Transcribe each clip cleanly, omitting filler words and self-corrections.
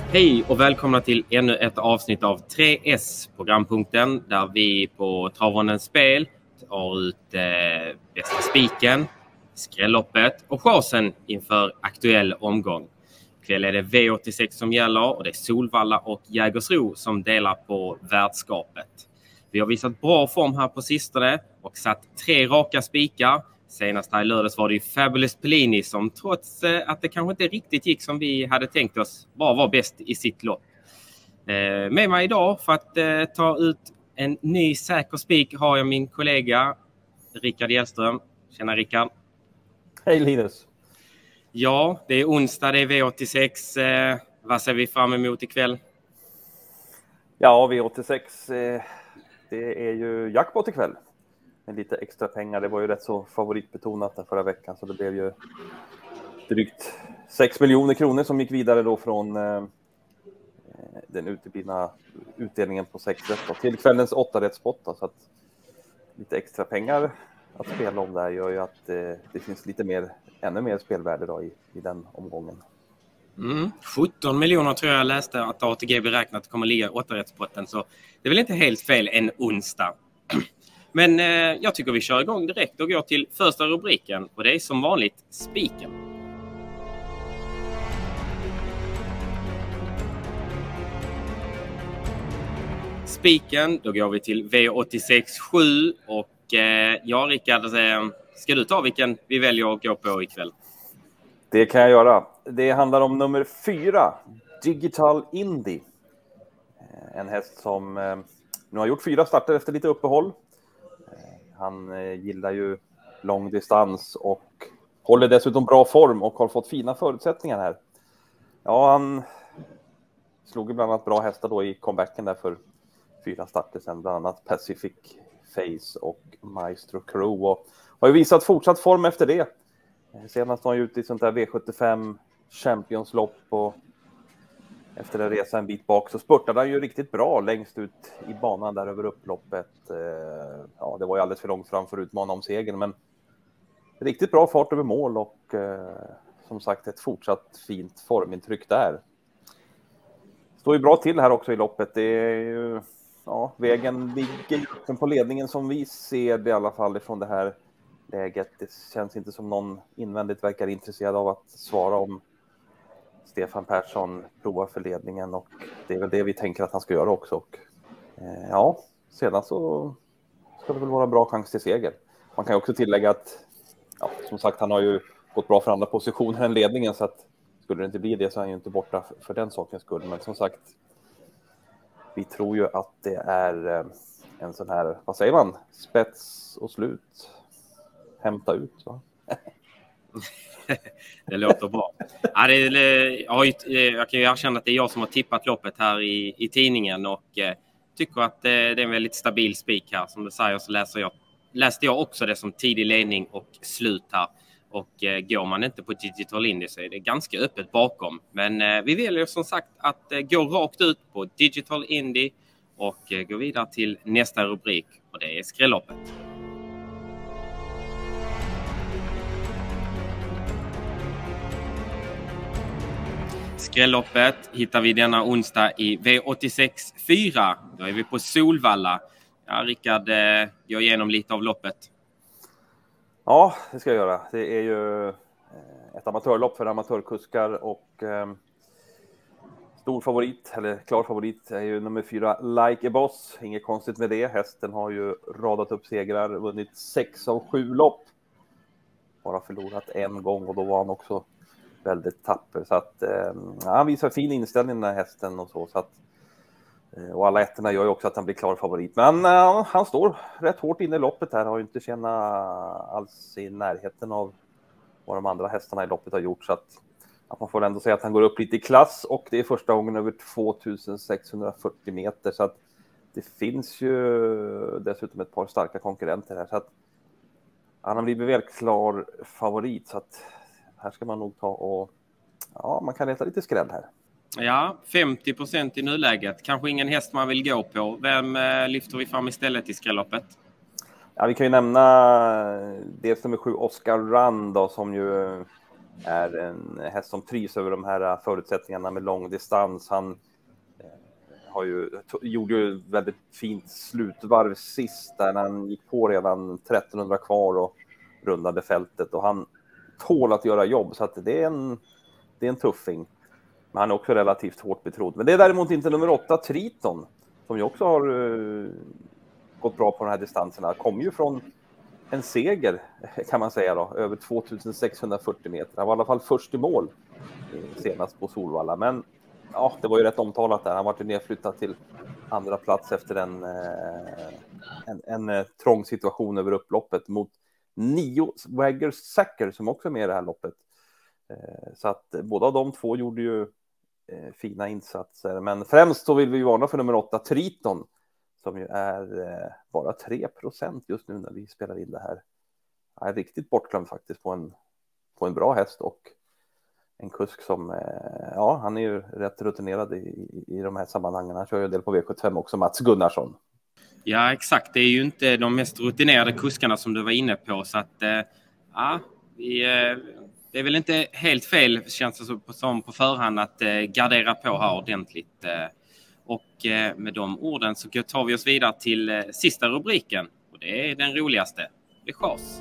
Hej och välkomna till ännu ett avsnitt av 3S, programpunkten där vi på Travondens spel tar ut bästa spiken, skrälloppet och chansen inför aktuell omgång. Ikväll är det V86 som gäller och det är Solvalla och Jägersro som delar på värdskapet. Vi har visat bra form här på sistone och satt 3 raka spikar. Senast här i lördags var det ju Fabulous Pellini som trots att det kanske inte riktigt gick som vi hade tänkt oss bara var bäst i sitt lopp. Med mig idag för att ta ut en ny säker spik har jag min kollega Rickard Hjellström. Tjena Rickard. Hej Linus. Ja, det är onsdag, det är V86. Vad ser vi fram emot ikväll? Ja, V86, det är ju jackpot ikväll. Med lite extra pengar. Det var ju rätt så favoritbetonat där förra veckan. Så det blev ju drygt 6 miljoner kronor som gick vidare då från den uteblivna utdelningen på 6 rätt. Till kvällens 8 rättspott. Så att lite extra pengar att spela om där gör ju att det finns ännu mer spelvärde då i den omgången. 17 miljoner tror jag läste att ATG beräknat kommer ligga 8-rättspotten, så det är väl inte helt fel en onsdag. Men jag tycker vi kör igång direkt och går till första rubriken, och det är som vanligt spiken. Spiken, då går vi till V86 7 och ja Rickard, ska du ta vilken vi väljer att gå på ikväll? Det kan jag göra. Det handlar om nummer 4, Digital Indy. En häst som nu har gjort 4 starter efter lite uppehåll. Han gillar ju lång distans och håller dessutom bra form och har fått fina förutsättningar här. Ja, han slog ju bland annat bra hästar då i comebacken där för 4 starter sedan, bland annat Pacific Face och Maestro Crew, och har ju visat fortsatt form efter det. Senast var han ute i sånt där V75 Championslopp, och efter en resa en bit bak så spurtade han ju riktigt bra längst ut i banan där över upploppet. Ja, det var ju alldeles för långt fram för att utmana om segern, men riktigt bra fart över mål och som sagt ett fortsatt fint formintryck där. Står ju bra till här också i loppet. Det är ju, ja, vägen ligger på ledningen som vi ser det i alla fall ifrån det här läget. Det känns inte som någon invändigt verkar intresserad av att svara om Stefan Persson provar för ledningen, och det är väl det vi tänker att han ska göra också. Och, ja, sedan så ska det väl vara bra chans till seger. Man kan ju också tillägga att, ja, som sagt, han har ju gått bra för andra positioner än ledningen, så att skulle det inte bli det så är han ju inte borta för den sakens skull. Men som sagt, vi tror ju att det är en sån här, vad säger man, spets och slut. Hämta ut, va? Det låter bra. Ja, jag kan ju erkänna att det är jag som har tippat loppet här i tidningen, och tycker att det är en väldigt stabil spik här. Som du säger så läste jag också det som tidig ledning och slut här. Och går man inte på Digital Indy så är det ganska öppet bakom. Men vi väljer som sagt att gå rakt ut på Digital Indy och gå vidare till nästa rubrik, och det är skrälloppet. Skrälloppet hittar vi denna onsdag i V86 4. Då är vi på Solvalla. Ja, Rickard, gå igenom lite av loppet. Ja, det ska jag göra. Det är ju ett amatörlopp för amatörkuskar, och stor favorit, eller klar favorit, är ju nummer 4, Like a Boss. Inget konstigt med det. Hästen har ju radat upp segrar, vunnit 6 av 7 lopp. Bara förlorat en gång, och då var han också väldigt tapper. Så att han visar fin inställning den här hästen och så. Så att, och alla ettorna gör ju också att han blir klar favorit. Men han står rätt hårt inne i loppet här. Har ju inte känna alls i närheten av vad de andra hästarna i loppet har gjort. Så att man får ändå säga att han går upp lite i klass. Och det är första gången över 2640 meter. Så att det finns ju dessutom ett par starka konkurrenter här. Så att han har blivit väl klar favorit. Så att här ska man nog ta och, ja, man kan leta lite skräll här. Ja, 50% i nuläget. Kanske ingen häst man vill gå på. Vem lyfter vi fram istället i skrälloppet? Ja, vi kan ju nämna det som är 7 Oscar Run då, som ju är en häst som trivs över de här förutsättningarna med lång distans. Han gjorde ju väldigt fint slutvarv sist där han gick på redan 1300 kvar och rundade fältet, och han tål att göra jobb, så att det är en tuffing. Men han är också relativt hårt betrodd. Men det är däremot inte nummer 8 Triton, som ju också har gått bra på de här distanserna. Kom ju från en seger, kan man säga då, över 2640 meter. Han var i alla fall först i mål senast på Solvalla. Men ja, det var ju rätt omtalat där. Han var ju nedflyttad till andra plats efter en trång situation över upploppet mot 9 Swagger Sacker som också är med i det här loppet. Så att båda av de två gjorde ju fina insatser. Men främst så vill vi varna för nummer 8 Triton, som ju är bara 3% just nu när vi spelar in det här. Jag är riktigt bortglömd faktiskt på en bra häst, och en kusk som, ja, han är ju rätt rutinerad i de här sammanhangen. Han kör ju en del på V75 också, Mats Gunnarsson. Ja, exakt. Det är ju inte de mest rutinerade kuskarna som du var inne på, så att ja, det är väl inte helt fel, känns det som på förhand, att gardera på här ordentligt. Och med de orden så tar vi oss vidare till sista rubriken, och det är den roligaste. Det är chans.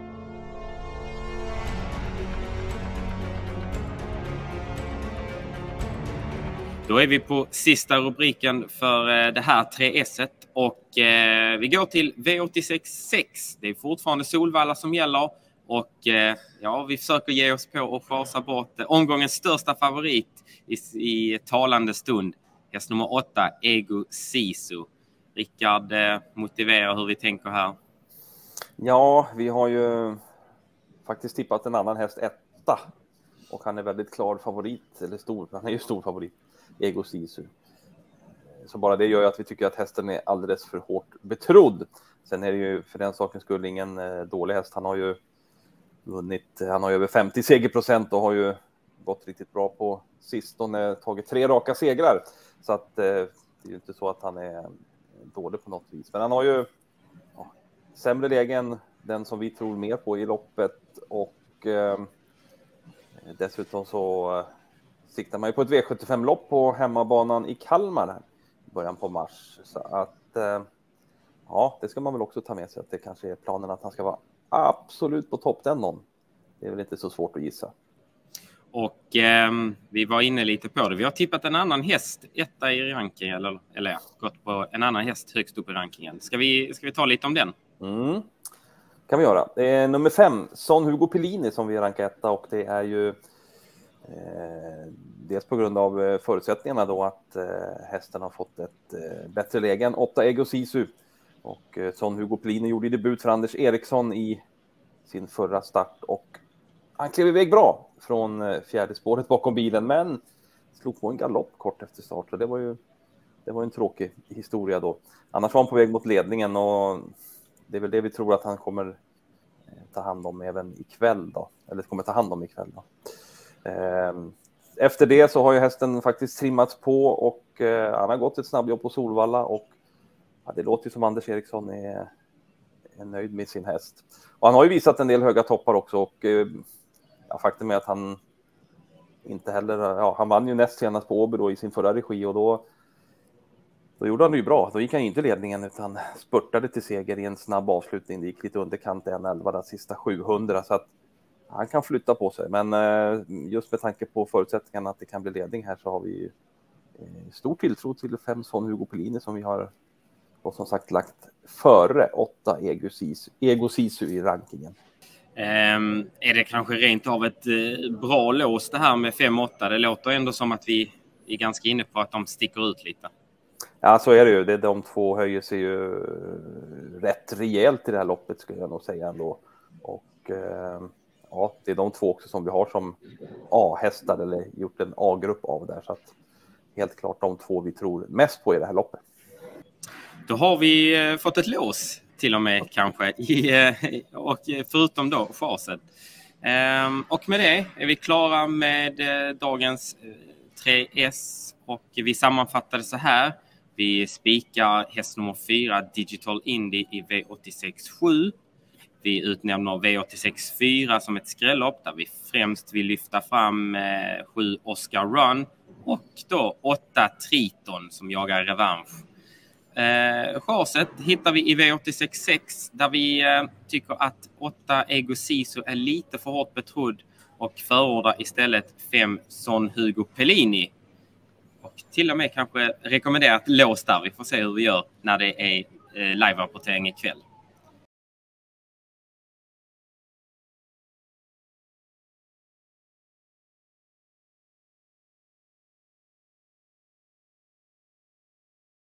Då är vi på sista rubriken för det här 3S-et, och vi går till V86.6. Det är fortfarande Solvalla som gäller, och ja, vi försöker ge oss på och chasa bort omgångens största favorit i talande stund. Häst nummer 8, Ego Sisu. Rickard, motivera hur vi tänker här. Ja, vi har ju faktiskt tippat en annan häst 1, och han är väldigt klar favorit, eller stor, han är ju stor favorit, Ego Sisu. Så bara det gör ju att vi tycker att hästen är alldeles för hårt betrodd. Sen är det ju för den sakens skull ingen dålig häst. Han har ju vunnit, han har ju över 50 segerprocent och har ju gått riktigt bra på sistone, tagit 3 raka segrar. Så att det är ju inte så att han är dålig på något vis. Men han har ju sämre lägen, den som vi tror mer på i loppet, och dessutom så siktar man ju på ett V75-lopp på hemmabanan i Kalmar här i början på mars. Så att ja, det ska man väl också ta med sig, att det kanske är planen att han ska vara absolut på topp den någon. Det är väl inte så svårt att gissa. Och vi var inne lite på det. Vi har tippat en annan häst etta i rankingen, eller gått på en annan häst högst upp i rankingen. Ska vi ta lite om den? Kan vi göra. Det är nummer 5, Son Hugo Pellini, som vi rankar etta, och det är ju dels på grund av förutsättningarna då, att hästen har fått ett bättre läge än 8 Ego Sisu, och Son Hugo Pellini gjorde debut för Anders Eriksson i sin förra start, och han klev iväg bra från fjärde spåret bakom bilen, men slog på en galopp kort efter start, så det var en tråkig historia då. Annars var han på väg mot ledningen, och det är väl det vi tror att han kommer ta hand om även ikväll då, eller kommer ta hand om ikväll då. Efter det så har ju hästen faktiskt trimmats på, och han har gått ett snabbjobb på Solvalla, och ja, det låter ju som Anders Eriksson är nöjd med sin häst. Och han har ju visat en del höga toppar också, och ja, faktum är att han inte heller, ja, han vann ju näst senast på Åby då i sin förra regi, och då gjorde han det ju bra. Då gick han inte ledningen, utan spurtade till seger i en snabb avslutning. Det gick lite underkant 1:11 där sista 700, så att han kan flytta på sig. Men just med tanke på förutsättningarna att det kan bli ledning här, så har vi stor tilltro till 5 Son Hugo Pellini, som vi har, och som sagt, lagt före 8 Ego Sisu i rankingen. Är det kanske rent av ett bra lås det här med 5-8? Det låter ändå som att vi är ganska inne på att de sticker ut lite. Ja, så är det ju. De två höjer sig ju rätt rejält i det här loppet, skulle jag nog säga ändå. Och ja, det är de två också som vi har som A-hästar, eller gjort en A-grupp av där. Så att helt klart de två vi tror mest på i det här loppet. Då har vi fått ett lås till och med kanske, och förutom då chaset. Och med det är vi klara med dagens 3S, och vi sammanfattade så här. Vi spikar häst nummer 4 Digital Indy i V86.7. Vi utnämner V86.4 som ett skrällopp där vi främst vill lyfta fram 7 Oscar Run och då 8 Triton som jagar revansch. Chanset hittar vi i V86.6 där vi tycker att 8 Ego Sisu är lite för hårt betrodd och förordar istället 5 Son Hugo Pellini. Och till och med kanske rekommenderat lås där. Vi får se hur vi gör när det är live-rapportering ikväll.